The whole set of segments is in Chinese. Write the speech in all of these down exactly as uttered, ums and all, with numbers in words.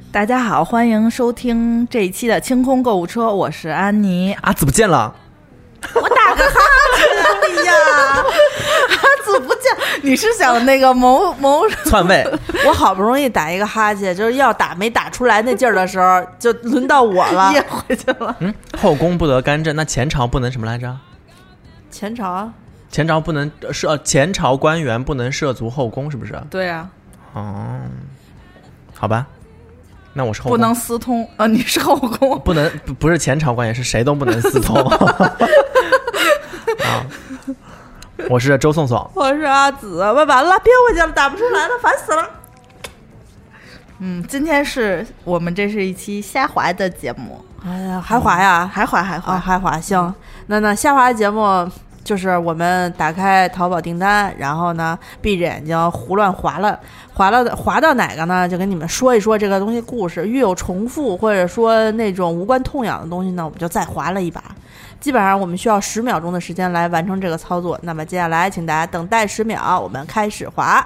大家好，欢迎收听这一期的清空购物车，我是安妮。 阿紫不见了， 我打个哈欠，哎呀，阿紫不见，你是想那个谋谋篡位？ 我好不容易打一个哈欠，就是要打没打出来那劲儿的时候，就轮到我了， 噎回去了。 嗯，后宫不得干政，那前朝不能什么来着？ 前朝， 前朝不能涉，前朝官员不能涉足后宫，是不是？ 对啊。 哦，好吧。那我是后宫不能私通啊！你是后宫， 不能 不, 不是前朝官员，是谁都不能私通。啊，我是周颂颂， 我是阿紫，我完了，憋回去了，打不出来了，烦死了。 嗯，今天是我们这是一期瞎滑的节目， 哎呀，还滑呀， 还滑还滑、 哦、还滑，行，嗯、那那瞎滑的节目。就是我们打开淘宝订单，然后呢闭着眼睛胡乱划了，划了划到哪个呢，就跟你们说一说这个东西故事。遇有重复或者说那种无关痛痒的东西呢，我们就再划了一把。基本上我们需要十秒钟的时间来完成这个操作。那么接下来请大家等待十秒，我们开始划。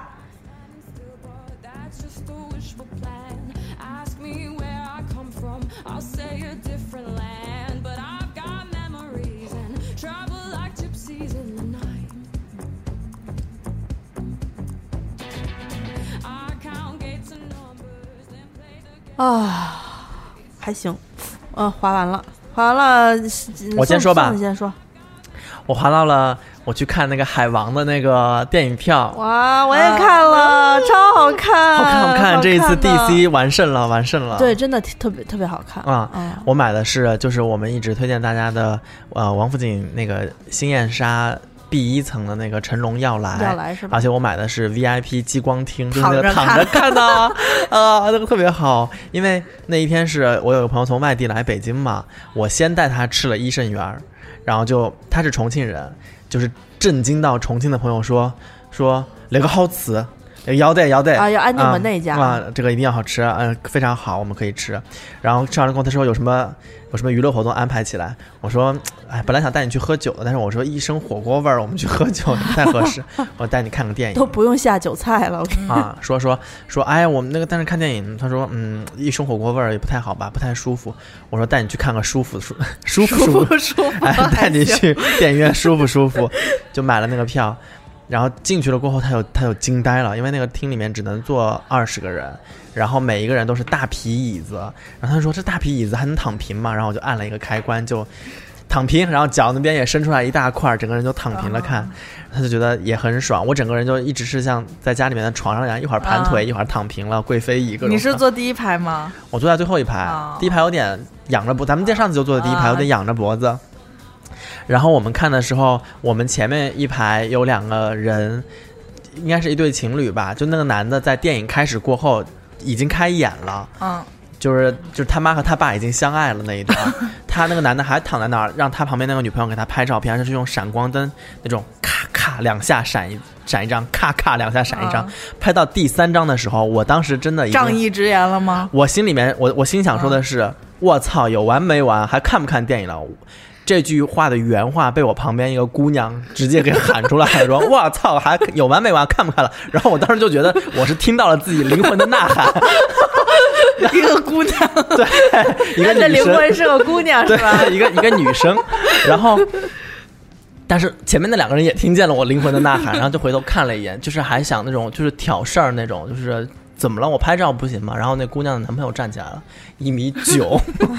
啊，还行，嗯，划完了，划完了。 我先说吧， 你先说。 我划到了，我去看那个海王的那个电影票。 哇，我也看了，啊、超好看， 好看好看！这一次 D C 完胜了，完胜了。 对，真的特别特别好看啊、嗯！我买的是就是我们一直推荐大家的呃王府井那个新燕莎。B 一层的那个成龙要来， 要来是吧？ 而且我买的是 V I P 激光厅，就是那个躺着看的啊，呃，那个特别好。因为那一天是我有个朋友从外地来北京嘛，我先带他吃了益盛园，然后就他是重庆人，就是震惊到重庆的朋友说说那个好吃。要得要得啊，要安定门那家、 嗯、啊，这个一定要好吃，嗯，非常好，我们可以吃。然后吃完了跟我他说有什么有什么娱乐活动安排起来，我说哎，本来想带你去喝酒的，但是我说一身火锅味儿，我们去喝酒不太合适，我带你看个电影， 都不用下酒菜了。 啊，说说说，哎，我们那个但是看电影，他说嗯，一身火锅味儿也不太好吧，不太舒服。我说带你去看个舒服舒舒服舒服舒服， 哎，带你去电影院舒服舒服，就买了那个票。然后进去了过后，他有他有惊呆了，因为那个厅里面只能坐二十个人，然后每一个人都是大皮椅子。然后他说这大皮椅子还能躺平吗？然后我就按了一个开关就躺平，然后脚那边也伸出来一大块，整个人就躺平了看。他就觉得也很爽，我整个人就一直是像在家里面的床上一样，一会儿盘腿，一会儿躺平了，贵妃椅各种。 你是坐第一排吗？ 我坐在最后一排，第一排有点仰着脖，咱们上次就坐的第一排，有点仰着脖子。然后我们看的时候，我们前面一排有两个人，应该是一对情侣吧，就那个男的在电影开始过后已经开演了，嗯，就是就是他妈和他爸已经相爱了那一段，他那个男的还躺在那儿，让他旁边那个女朋友给他拍照片，就是用闪光灯那种咔咔两下闪一闪一张，咔咔两下闪一张，嗯、拍到第三张的时候，我当时真的已经仗义直言了吗？ 我心里面我我心想说的是，嗯、我操，有完没完？还看不看电影了？这句话的原话被我旁边一个姑娘直接给喊出来说我操，还有完没完，看不看了？然后我当时就觉得我是听到了自己灵魂的呐喊。 一个姑娘， 对，一个女生， 这灵魂是个姑娘是吧？ 一个一个女生，然后但是前面那两个人也听见了我灵魂的呐喊，然后就回头看了一眼，就是还想那种就是挑事儿那种，就是怎么了？我拍照不行吗？然后那姑娘的男朋友站起来了，一米九。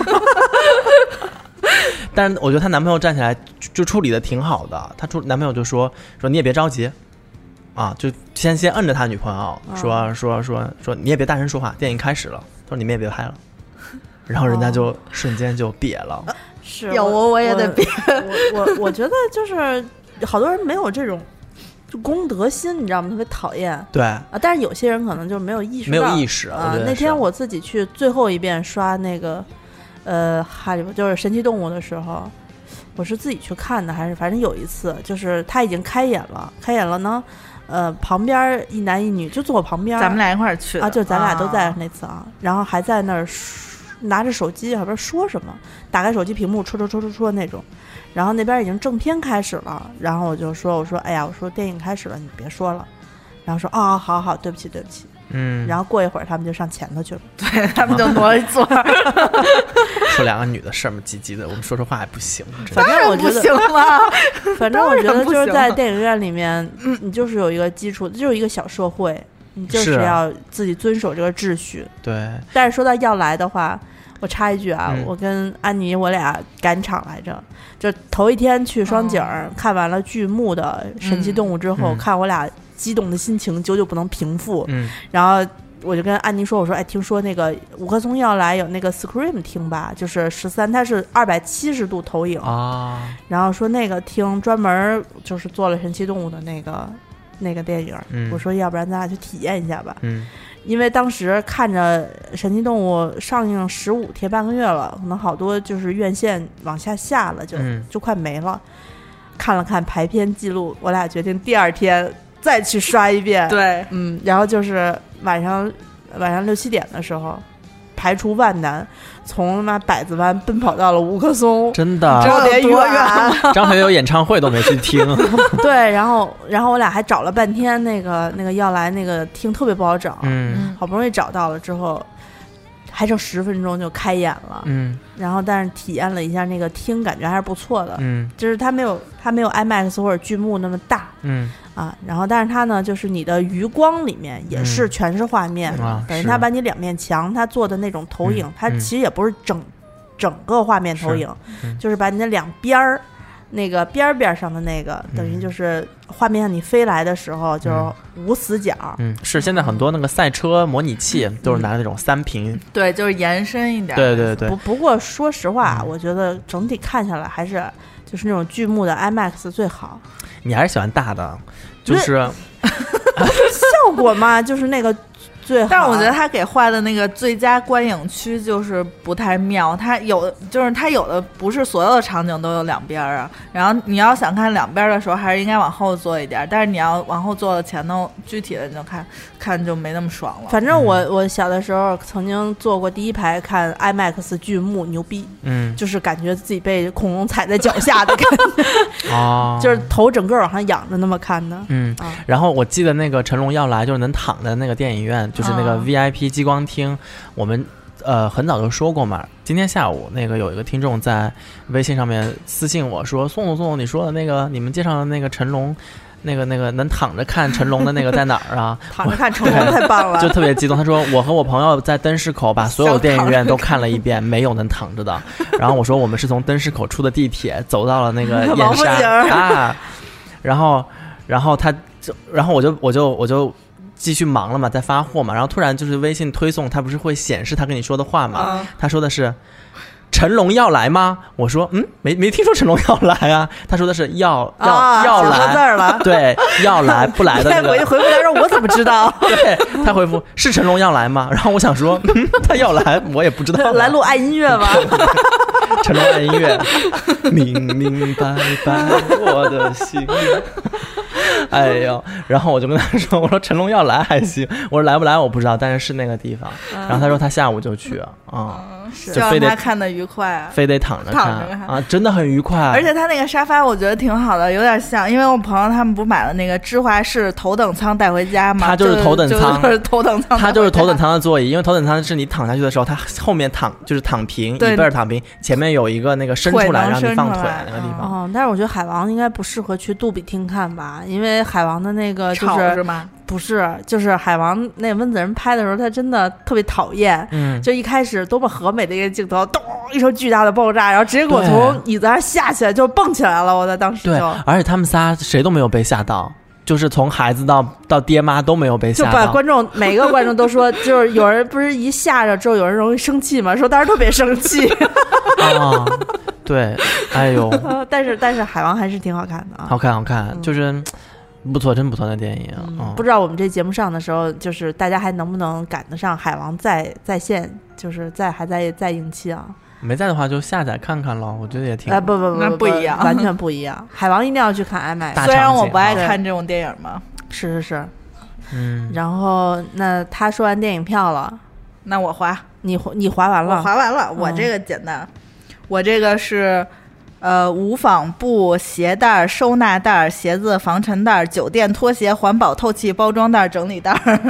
但是我觉得她男朋友站起来就, 就处理的挺好的，她处男朋友就说说你也别着急啊，就先先摁着他女朋友说说说说你也别大声说话，电影开始了，他说你们也别拍了，然后人家就瞬间就瘪了。 是有我我也得瘪。 我我 我, 我觉得就是好多人没有这种就公德心，你知道吗？特别讨厌。 对啊，但是有些人可能就没有意识到， 没有意识啊。那天我自己去最后一遍刷那个。呃，哈利就是神奇动物的时候，我是自己去看的，还是反正有一次，就是他已经开演了，开演了呢，呃，旁边一男一女就坐我旁边， 咱们俩一块儿去的啊，就咱俩都在那次啊，啊然后还在那儿拿着手机，好像说什么，打开手机屏幕戳戳戳戳戳那种，然后那边已经正片开始了，然后我就说，我说，哎呀，我说电影开始了，你别说了，然后说，哦，好好，对不起，对不起。 嗯， 然后过一会儿他们就上前头去了， 对他们就挪一座。 说两个女的事儿嘛，唧唧的，我们说说话还不行， 反正我觉得不行了。 反正我觉得就是在电影院里面，你就是有一个基础，就是一个小社会，你就是要自己遵守这个秩序。 对。 但是说到要来的话，我插一句啊， 嗯、 我跟安妮我俩赶场来着，就头一天去双井、哦、看完了剧目的神奇动物之后、嗯、看我俩激动的心情久久不能平复。 嗯， 然后我就跟安妮说，我说哎，听说那个五棵松要来有那个 Scream 听吧，就是十三，它是二百七十度投影啊， 然后说那个听专门就是做了神奇动物的那个那个电影、嗯、我说要不然咱俩去体验一下吧。 嗯， 因为当时看着神奇动物上映十五天半个月了，可能好多就是院线往下下了，就、嗯、就快没了。看了看排片记录，我俩决定第二天再去刷一遍。 对， 嗯，然后就是晚上晚上六七点的时候，排除万难，从他妈百子湾奔跑到了五棵松， 真的， 知道多远？ 张学友演唱会都没去听。 对，然后然后我俩还找了半天，那个那个要来那个厅特别不好找， 嗯， 好不容易找到了之后，还剩十分钟就开演了， 嗯， 然后但是体验了一下那个厅，感觉还是不错的， 嗯， 就是它没有它没有 IMAX 或者剧目那么大， 嗯。 啊，然后但是它呢，就是你的余光里面也是全是画面， 嗯啊、 等于它把你两面墙它做的那种投影， 嗯、 它其实也不是整、嗯、整个画面投影， 是嗯、 就是把你的两边儿那个边边上的那个，等于就是画面上你飞来的时候就是无死角。 嗯，是现在很多那个赛车模拟器都是拿那种三屏， 嗯、对，就是延伸一点。 对对对。 不不过说实话、 嗯， 我觉得整体看下来还是就是那种剧目的 IMAX 最好。 你还是喜欢大的，就是效果嘛，就是那个最好。 但是我觉得他给画的那个最佳观影区就是不太妙，他有就是他有的不是所有的场景都有两边啊，然后你要想看两边的时候，还是应该往后坐一点，但是你要往后坐的前头，具体的你就看看就没那么爽了。 反正我、嗯、我小的时候曾经坐过第一排看 IMAX 剧目，牛逼， 嗯， 就是感觉自己被恐龙踩在脚下的感觉， 哦， 就是头整个往上仰着那么看的， 嗯、 啊， 然后我记得那个成龙要来就是能躺的那个电影院，就是那个 V I P 激光厅，啊、我们呃很早就说过嘛。今天下午那个有一个听众在微信上面私信我说，宋总宋总，你说的那个你们介绍的那个成龙。那个那个能躺着看成龙的那个在哪儿啊？ 躺着看成龙太棒了， 就特别激动。他说我和我朋友在灯市口把所有电影院都看了一遍，没有能躺着的。然后我说我们是从灯市口出的地铁走到了那个燕山啊，然后然后他就然后我就我就我就继续忙了嘛，在发货嘛。然后突然就是微信推送，他不是会显示他跟你说的话嘛？嗯、他说的是。成龙要来吗？我说嗯，没没听说成龙要来啊。他说的是要要、 啊、 要来， 字儿了。 对，要来不来的那个。 回回复他说我怎么知道？ 对，他回复是成龙要来吗？然后我想说，嗯、他要来，我也不知道。 来录爱音乐吗？ 成龙爱音乐，明明白白我的心。哎呦，然后我就跟他说，我说成龙要来还行，我说来不来我不知道，但是是那个地方。嗯、然后他说他下午就去啊。嗯就非得看得愉快啊， 非得躺着看， 躺着看啊，真的很愉快。 而且他那个沙发我觉得挺好的，有点像，因为我朋友他们不买了那个芝华士头等舱带回家嘛， 他就是头等舱， 就是头等舱， 他就是头等舱的座椅，因为头等舱是你躺下去的时候，他后面躺就是躺平，椅背儿躺平，前面有一个那个伸出来让你放腿那个地方。 哦，但是我觉得海王应该不适合去杜比厅看吧，因为海王的那个就是是吗？ 不是，就是海王那温子仁拍的时候，他真的特别讨厌。嗯，就一开始多么和美的一个镜头，咚一声巨大的爆炸，然后直接给我从椅子上下起来，就蹦起来了。我在当时就， 对，而且他们仨谁都没有被吓到，就是从孩子到到爹妈都没有被吓到。 就把观众每个观众都说，就是有人不是一吓着之后有人容易生气嘛，说当时特别生气。 啊，对，哎呦， 但是但是海王还是挺好看的啊， 好看好看，嗯、就是。不错，真不错的电影、 嗯嗯。 不知道我们这节目上的时候，就是大家还能不能赶得上海王在在线，就是在还在在映期啊？ 没在的话就下载看看咯，我觉得也挺…… 哎、呃，不不不， 那不一样， 完全不一样。海王一定要去看 IMAX， 虽然我不爱看这种电影嘛。 是是是， 嗯。 然后那他说完电影票了， 那我划， 你你划完了， 我划完了，我这个简单，嗯、我这个是。呃，无纺布鞋带、收纳袋、鞋子防尘袋、酒店拖鞋、环保透气包装袋、整理袋。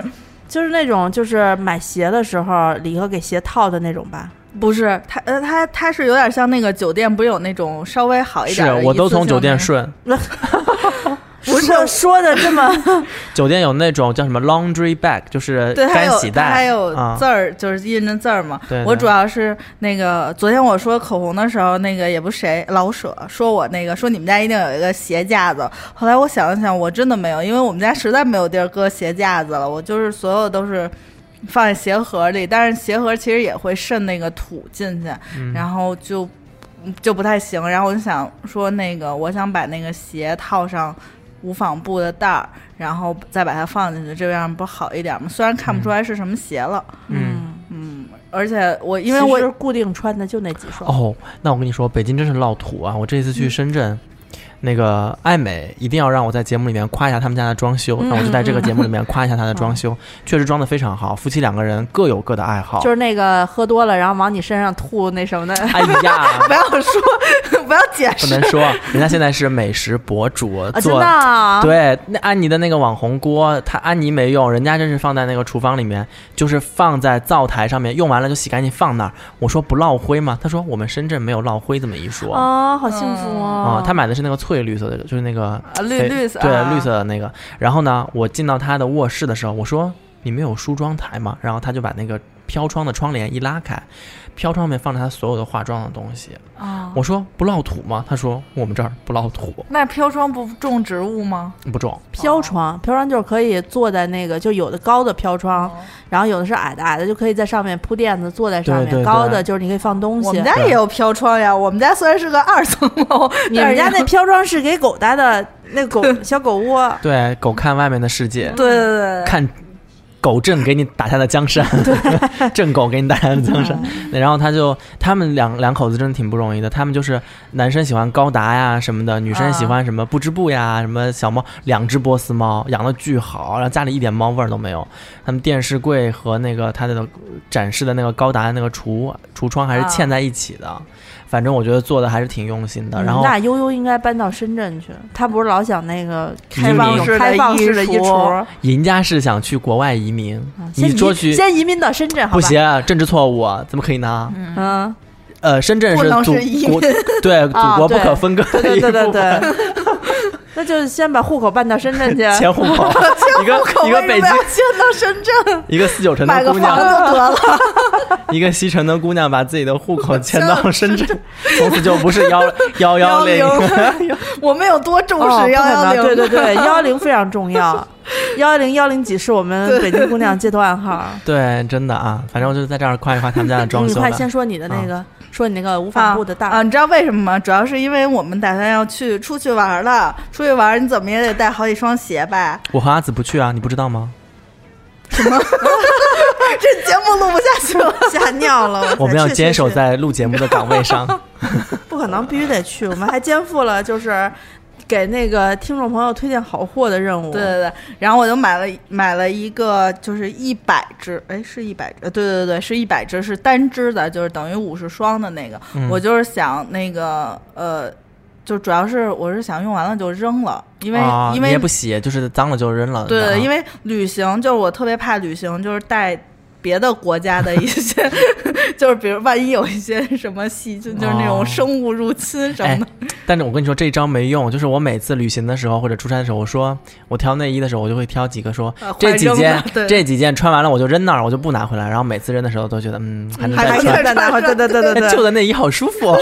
就是那种就是买鞋的时候里头给鞋套的那种吧？ 不是，它呃它它是有点像那个酒店，不是有那种稍微好一点的？ 是，我都从酒店顺。 不是说的这么酒店有那种叫什么 laundry bag， 就是干洗袋， 还有字儿、嗯，就是印着字儿嘛。 对对， 我主要是那个昨天我说口红的时候，那个也不是谁老舍说我那个说你们家一定有一个鞋架子。后来我想了想，我真的没有，因为我们家实在没有地儿搁鞋架子了。我就是所有都是放在鞋盒里，但是鞋盒其实也会渗那个土进去， 嗯、 然后就就不太行。然后我就想说，那个我想把那个鞋套上无纺布的带儿，然后再把它放进去，这样不好一点吗？虽然看不出来是什么鞋了， 嗯嗯，而且我因为我是固定穿的就那几双。 哦，那我跟你说，北京真是落土啊！我这次去深圳。嗯那个爱美一定要让我在节目里面夸一下他们家的装修，那、嗯、我就在这个节目里面夸一下他的装修，嗯、确实装得非常好。夫妻两个人各有各的爱好， 就是那个喝多了然后往你身上吐那什么的。 哎呀， 不要说，不要解释， 不能说。人家现在是美食博主， 啊、 做、 真的、啊、 对。那安妮的那个网红锅，他安妮没用，人家真是放在那个厨房里面，就是放在灶台上面，用完了就洗干净放那儿。我说不落灰吗？他说我们深圳没有落灰这么一说。 哦，好幸福哦。 嗯、他买的是那个翠绿色的，就是那个。那个啊、绿绿色对、啊、绿色的那个，然后呢，我进到他的卧室的时候，我说你们有梳妆台吗？然后他就把那个飘窗的窗帘一拉开，飘窗上面放着他所有的化妆的东西。 哦、 我说不落土吗？他说我们这儿不落土。 那飘窗不种植物吗？ 不种。 飘窗，飘窗就是可以坐在那个，就有的高的飘窗、哦，然后有的是矮的，矮的就可以在上面铺垫子坐在上面， 对对对， 高的就是你可以放东西。 我们家也有飘窗呀，我们家虽然是个二层楼， 你们家那飘窗是给狗搭的，那狗小狗窝， 对，狗看外面的世界， 对对对， 看。狗正给你打下的江山，正狗给你打下的江山。然后他就他们两两口子真的挺不容易的，他们就是男生喜欢高达呀什么的，女生喜欢什么不织布呀、啊、什么小猫，两只波斯猫养的巨好，然后家里一点猫味儿都没有。他们电视柜和那个他的展示的那个高达的那个橱橱窗还是嵌在一起的。反正我觉得做的还是挺用心的。然后那悠悠应该搬到深圳去，他不是老想那个开放式开放式的衣橱， 人家是想去国外移民。嗯、你说去先移民到深圳好吧？ 不行，政治错误，怎么可以呢？ 嗯， 呃，深圳是祖国，对祖国不可分割的一部分。 对对对对对。那就先把户口办到深圳去， 迁户口，一个一个北京迁到深圳， 一个四九城的姑娘买个房就得了， 一个西城的姑娘把自己的户口迁到深圳，从此就不是幺幺幺零。 我们有多重视幺幺零？ 对对对，幺幺零非常重要。幺幺零幺零几是我们北京姑娘街头暗号。 对，真的啊，反正我就在这儿夸一夸他们家的装修。 你快先说你的那个。啊说你那个无纺布的带啊, 啊，你知道为什么吗？主要是因为我们打算要去出去玩了，出去玩你怎么也得带好几双鞋吧？ 我和阿紫不去啊，你不知道吗？ 什么？这节目录不下去了， 吓尿了！ 我们要坚守在录节目的岗位上， 不可能，必须得去。我们还肩负了就是给那个听众朋友推荐好货的任务。 对对对，然后我就买了买了一个，就是一百只，哎，是一百只，对对对，是一百只，是单只的，就是等于五十双的那个。嗯、我就是想那个呃，就主要是我是想用完了就扔了，因为、 啊、 因为你也不洗，就是脏了就扔了。 对，啊、因为旅行就是我特别怕旅行，就是带。别的国家的一些，就是比如万一有一些什么细菌，就是那种生物入侵什么的。 哎、但是我跟你说，这一招没用。就是我每次旅行的时候或者出差的时候，我说我挑内衣的时候，我就会挑几个说、 啊、 这几件这几件穿完了我就扔那儿，我就不拿回来。然后每次扔的时候都觉得嗯还能再穿， 再拿回来。对对对对对， 旧的内衣好舒服。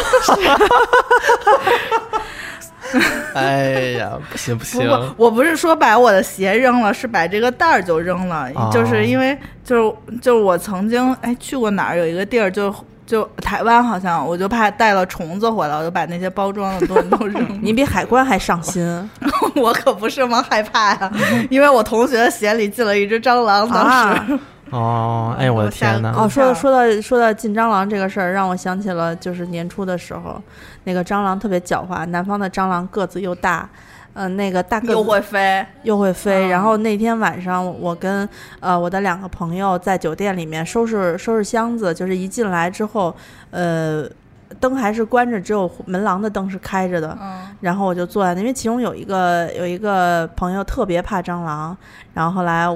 哎呀，不行不行！ 不不，我不是说把我的鞋扔了，是把这个袋儿就扔了、哦。就是因为就是就是我曾经哎去过哪儿有一个地儿，就就台湾好像，我就怕带了虫子回来，我就把那些包装的东西都扔了。 你比海关还上心， 我可不是吗？害怕呀，因为我同学的鞋里进了一只蟑螂，当时。 啊哦，哎呦我的天哪！ 哦，说到说到说到进蟑螂这个事儿，让我想起了就是年初的时候，那个蟑螂特别狡猾，南方的蟑螂个子又大，嗯、呃，那个大个子又会飞又会飞、嗯。然后那天晚上，我跟呃我的两个朋友在酒店里面收拾收拾箱子，就是一进来之后，呃。灯还是关着，只有门廊的灯是开着的。 嗯， 然后我就坐在那，因为其中有一个有一个朋友特别怕蟑螂，然后后来我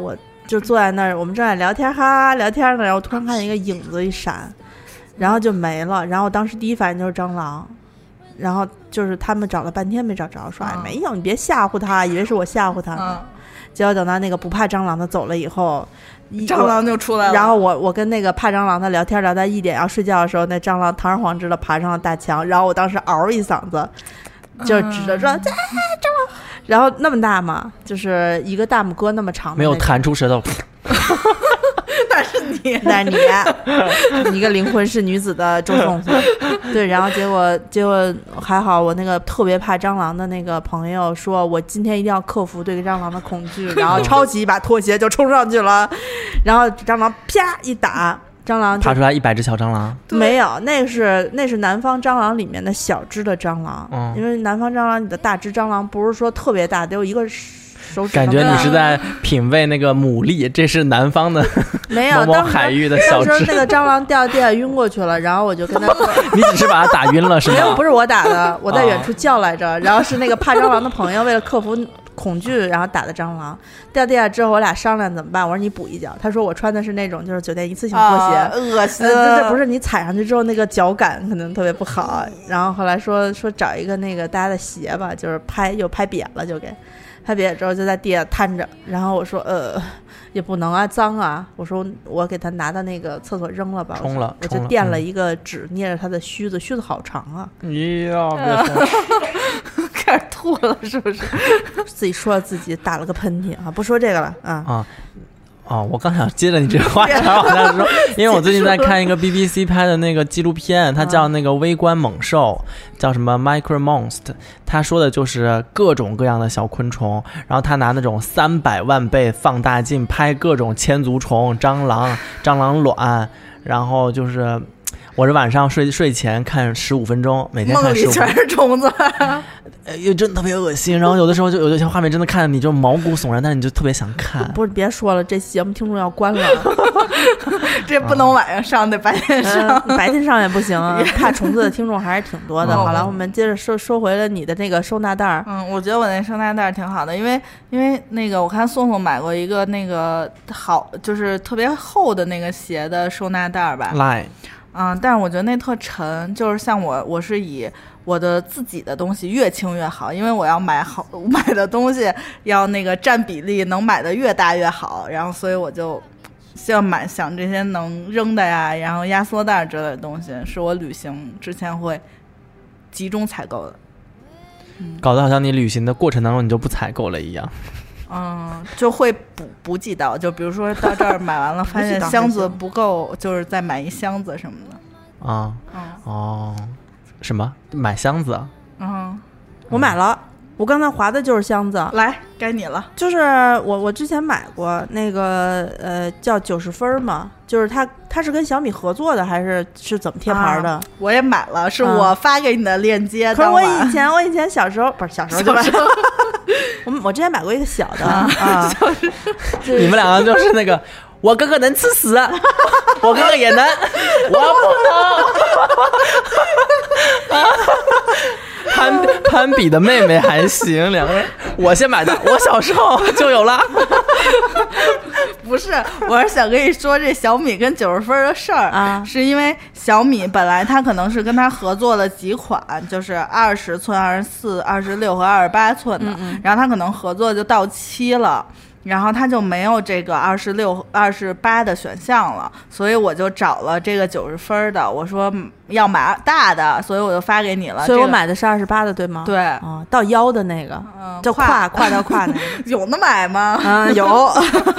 就坐在那儿，我们正在聊天，哈哈聊天呢，然后突然看见一个影子一闪，然后就没了。然后当时第一反应就是蟑螂，然后就是他们找了半天没找着，说、嗯、哎没有，你别吓唬他，以为是我吓唬他。嗯，结果等到那个不怕蟑螂的走了以后， 蟑螂就出来了。 然后我我跟那个怕蟑螂的聊天，聊到一点要睡觉的时候，那蟑螂堂而皇之的爬上了大墙，然后我当时嗷一嗓子，就指着说：“哎、嗯，蟑螂！”然后那么大嘛，就是一个大拇哥那么长的， 没有弹出舌头。 那是你， 那是你，你一个灵魂是女子的周颂颂。对，然后结果结果还好，我那个特别怕蟑螂的那个朋友说，我今天一定要克服对蟑螂的恐惧，然后抄起一把拖鞋就冲上去了，然后蟑螂啪一打。蟑螂爬出来一百只小蟑螂？ 没有，那是那是南方蟑螂里面的小只的蟑螂、嗯、因为南方蟑螂你的大只蟑螂不是说特别大，得有一个手指。 感觉你是在品味那个牡蛎，这是南方的没有某某海域的小只。 当时那个蟑螂掉地下晕过去了，然后我就跟他说你只是把它打晕了是吗？ 没有，不是我打的，我在远处叫来着、哦、然后是那个怕蟑螂的朋友为了克服恐惧然后打的蟑螂，掉地下之后我俩商量怎么办，我说你补一脚，他说我穿的是那种就是酒店一次性拖鞋、 啊、恶心、 呃、这不是你踩上去之后那个脚感可能特别不好，然后后来说说找一个那个大家的鞋吧，就是拍又拍瘪了，就给拍瘪之后就在地下摊着，然后我说呃也不能啊脏啊，我说我给他拿到那个厕所扔了吧， 冲了我就垫了一个纸捏着他的须子，须子好长啊， 哎呀别说开始吐了是不是？ 自己说自己打了个喷嚏啊，不说这个了啊啊哦，我刚想接着你这个话茬往下说，因为我最近在看一个 B B C 拍的那个纪录片，它叫那个微观猛兽，叫什么 Micro Monster， 他说的就是各种各样的小昆虫，然后他拿那种三百万倍放大镜拍各种千足虫、蟑螂、蟑螂卵，然后就是我是晚上睡睡前看十五分钟，每天看十五分钟， 梦里全是虫子， 呃，真的特别恶心。然后有的时候就有的些画面真的看着你就毛骨悚然，但是你就特别想看。 不是，别说了，这节目听众要关了， 这不能晚上上，得白天上， 呃、白天上也不行啊。怕虫子的听众还是挺多的。嗯、好了，我们接着说说回了你的那个收纳袋。 嗯，我觉得我那收纳袋挺好的，因为因为那个我看宋宋买过一个那个好就是特别厚的那个鞋的收纳袋吧。 来。 嗯，但是我觉得那特沉，就是像我，我是以我的自己的东西越轻越好，因为我要买好买的东西要那个占比例，能买的越大越好，然后所以我就希望买想这些能扔的呀，然后压缩袋之类的东西，是我旅行之前会集中采购的。 嗯、搞得好像你旅行的过程当中你就不采购了一样。 嗯，就会补补给到，就比如说到这儿买完了，发现箱子不够，就是再买一箱子什么的。 啊、嗯，哦，什么买箱子？ 嗯， 我买了，我刚才划的就是箱子。 来，该你了。 就是我我之前买过那个呃叫九十分嘛，就是它它是跟小米合作的还是是怎么贴牌的、啊？ 我也买了，是我发给你的链接。 可是我以前我以前小时候不是小时候就买。我我之前买过一个小的啊，啊你们两个就是那个我哥哥能吃屎，我哥哥也能，我不能。攀攀比的妹妹还行，两个人我先买的，我小时候就有了。 不是，我是想跟你说这小米跟九十分的事儿啊，是因为小米本来它可能是跟它合作了几款，就是二十寸、二十四、二十六和二十八寸的，嗯嗯然后它可能合作就到期了。然后它就没有这个二十六、二十八的选项了，所以我就找了这个九十分的。我说要买大的，所以我就发给你了。 所以我买的是二十八的，对吗？ 对， 啊，到腰的那个，嗯，就胯胯到胯那个， 有的买吗？ 嗯，有，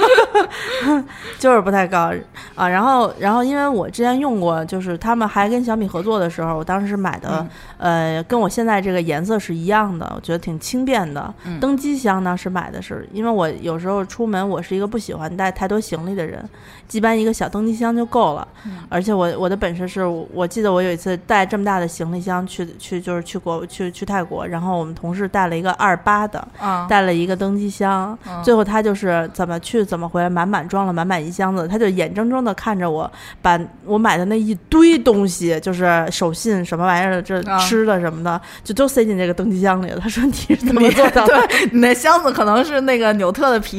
就是不太高啊。然后，然后因为我之前用过，就是他们还跟小米合作的时候，我当时是买的，嗯、呃，跟我现在这个颜色是一样的，我觉得挺轻便的。嗯、登机箱呢是买的是，因为我有时候出门我是一个不喜欢带太多行李的人，一般一个小登机箱就够了。嗯、而且我我的本事是，我记得我有一次带这么大的行李箱去去就是去国去去泰国，然后我们同事带了一个二八的，嗯、带了一个登机箱，嗯、最后他就是怎么去怎么回来，满满装了满满一箱子，他就眼睁睁的看着我把我买的那一堆东西，就是手信什么玩意儿的，这吃的什么的，嗯、就都塞进这个登机箱里了。他说你是怎么做到的？ 对，你那箱子可能是那个纽特的皮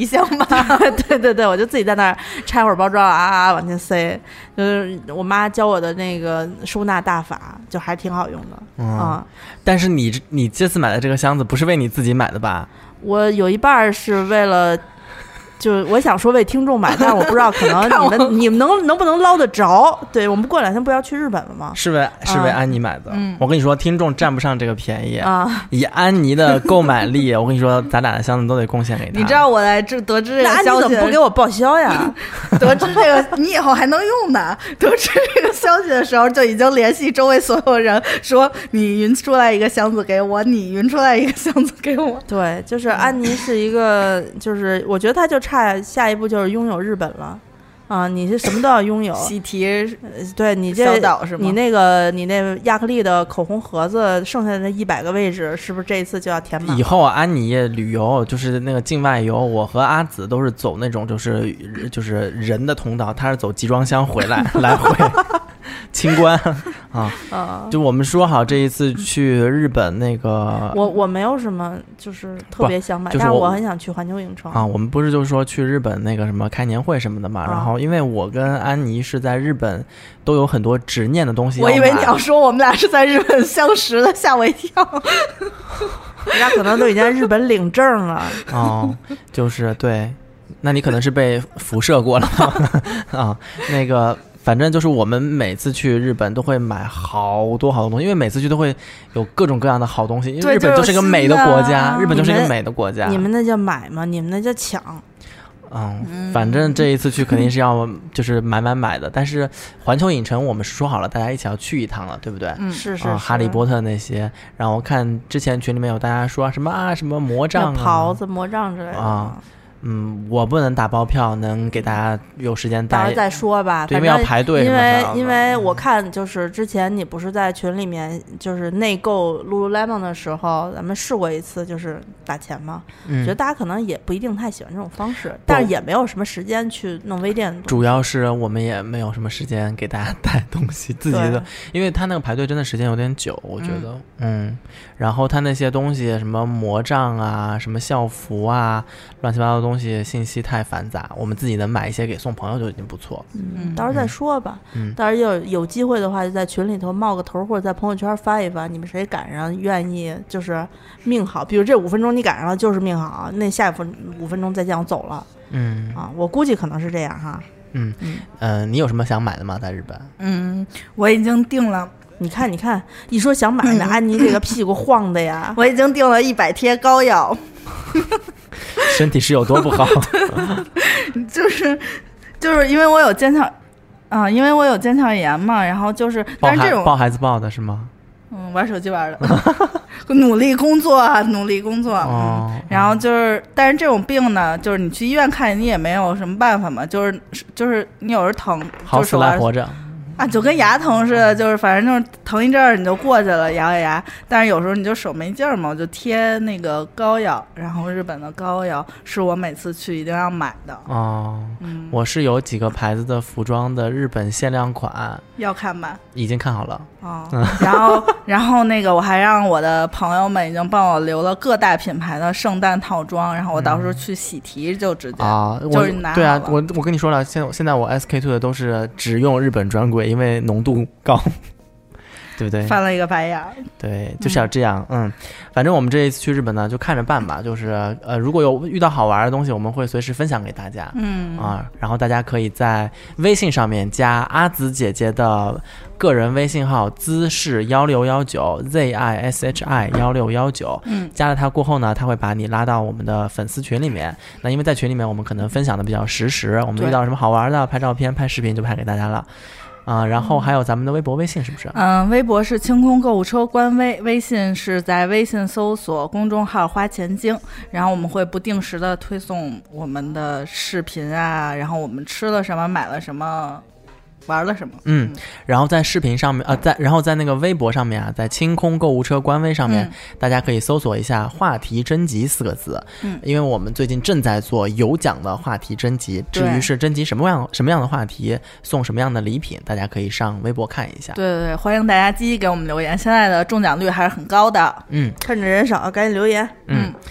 箱吗？ 对对对，我就自己在那儿拆会儿包装啊啊往前塞，就是我妈教我的那个收纳大法，就还挺好用的。 嗯， 嗯， 但是你你这次买的这个箱子不是为你自己买的吧？ 我有一半是为了。就我想说为听众买，但是我不知道可能你们你们能能不能捞得着。对，我们过两天不要去日本了吗？ 是为是为安妮买的、 嗯、 我跟你说听众占不上这个便宜啊！ 以安妮的购买力我跟你说咱俩的箱子都得贡献给他。 你知道我来这得知这个消息， 那安妮怎么不给我报销呀？ 得知这个你以后还能用呢。得知这个消息的时候就已经联系周围所有人说你匀出来一个箱子给我，你匀出来一个箱子给我。 对，就是安妮是一个就是我觉得她就差下一步就是拥有日本了啊！你是什么都要拥有， 喜提， 对你这小岛是吗？ 你那个你那亚克力的口红盒子，剩下的一百个位置，是不是这一次就要填满？ 以后安妮旅游就是那个境外游，我和阿紫都是走那种就是就是人的通道，他是走集装箱回来来回清关啊。 啊， 就我们说好这一次去日本那个， 我我没有什么就是特别想买， 就是、 但是我很想去环球影城啊。我们不是就是说去日本那个什么开年会什么的嘛、啊、然后因为我跟安妮是在日本都有很多执念的东西要买。 我以为你要说我们俩是在日本相识的，吓我一跳。 人家可能都已经在日本领证了。 哦，就是对，那你可能是被辐射过了啊。那个反正就是我们每次去日本都会买好多好多东西，因为每次去都会有各种各样的好东西，因为日本就是一个美的国家，日本就是一个美的国家。 你们那叫买吗？你们那叫抢。 嗯，反正这一次去肯定是要就是买买买的，但是环球影城我们是说好了大家一起要去一趟了，对不对？ 嗯，是是、 啊、哈利波特那些，然后我看之前群里面有大家说什么啊什么魔杖啊袍子魔杖之类的啊。嗯，我不能打包票，能给大家有时间带， 到时候再说吧。 对，因为要排队。 因为因为我看就是之前你不是在群里面就是内购 Lululemon 的时候，咱们试过一次，就是打钱嘛。嗯，觉得大家可能也不一定太喜欢这种方式，但是也没有什么时间去弄微店的东西。 主要是我们也没有什么时间给大家带东西，自己的，因为他那个排队真的时间有点久，我觉得，嗯。嗯然后他那些东西，什么魔杖啊，什么校服啊，乱七八糟的东西，信息太繁杂，我们自己能买一些给送朋友就已经不错。 嗯，到时候再说吧。 嗯， 到时候有有机会的话，就在群里头冒个头，或者在朋友圈发一发，你们谁赶上愿意，就是命好，比如这五分钟你赶上了就是命好，那下一分五分钟再见我走了。 嗯啊，我估计可能是这样哈。 嗯嗯呃，你有什么想买的吗？在日本？ 嗯，我已经定了。 你看，你看，一说想买的，安妮这个屁股晃的呀！ 我已经订了一百贴膏药， 身体是有多不好？ 就是就是因为我有腱鞘啊，因为我有腱鞘炎嘛，然后就是，但是这种抱孩子抱的是吗？ 嗯，玩手机玩的，努力工作，努力工作。 哦、 嗯，然后就是，但是这种病呢，就是你去医院看，你也没有什么办法嘛，就是就是你有时候疼， 好死赖活着。 啊，就跟牙疼似的，就是反正就是疼一阵儿你就过去了，牙个牙。但是有时候你就手没劲儿嘛，我就贴那个膏药，然后日本的膏药是我每次去一定要买的。 哦， 嗯， 我是有几个牌子的服装的日本限量款， 要看吧？ 已经看好了。 哦，然后然后那个我还让我的朋友们已经帮我留了各大品牌的圣诞套装，然后我到时候去喜提就直接、 啊、 嗯，就是拿好了。 对啊，我我跟你说了，现现在我 S K two 的都是只用日本专柜。因为浓度高，对不对？ 翻了一个白眼。 对，就是要这样。嗯, 嗯，反正我们这一次去日本呢，就看着办吧。就是呃，如果有遇到好玩的东西，我们会随时分享给大家。 嗯啊，然后大家可以在微信上面加阿紫姐姐的个人微信号姿势幺六幺九 Z I S H I 幺六幺九。 嗯， 加了他过后呢，他会把你拉到我们的粉丝群里面。那因为在群里面，我们可能分享的比较实时，我们遇到什么好玩的，拍照片、拍视频就拍给大家了。啊、呃，然后还有咱们的微博、微信是不是？ 嗯，微博是清空购物车官微，微信是在微信搜索公众号花钱精，然后我们会不定时的推送我们的视频啊，然后我们吃了什么，买了什么，玩了什么。 嗯，然后在视频上面呃，在然后在那个微博上面啊，在清空购物车官微上面、嗯、大家可以搜索一下话题征集四个字。 嗯， 因为我们最近正在做有奖的话题征集，至于是征集什么样什么样的话题，送什么样的礼品，大家可以上微博看一下。 对对对，欢迎大家积极给我们留言，现在的中奖率还是很高的。 嗯， 趁着人少赶紧留言。 嗯，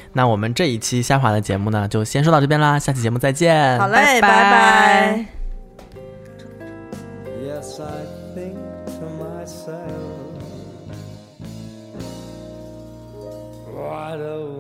那我们这一期虾滑的节目呢，就先说到这边啦，下期节目再见。 好嘞，拜拜。 拜。 Yes, I think to myself, what a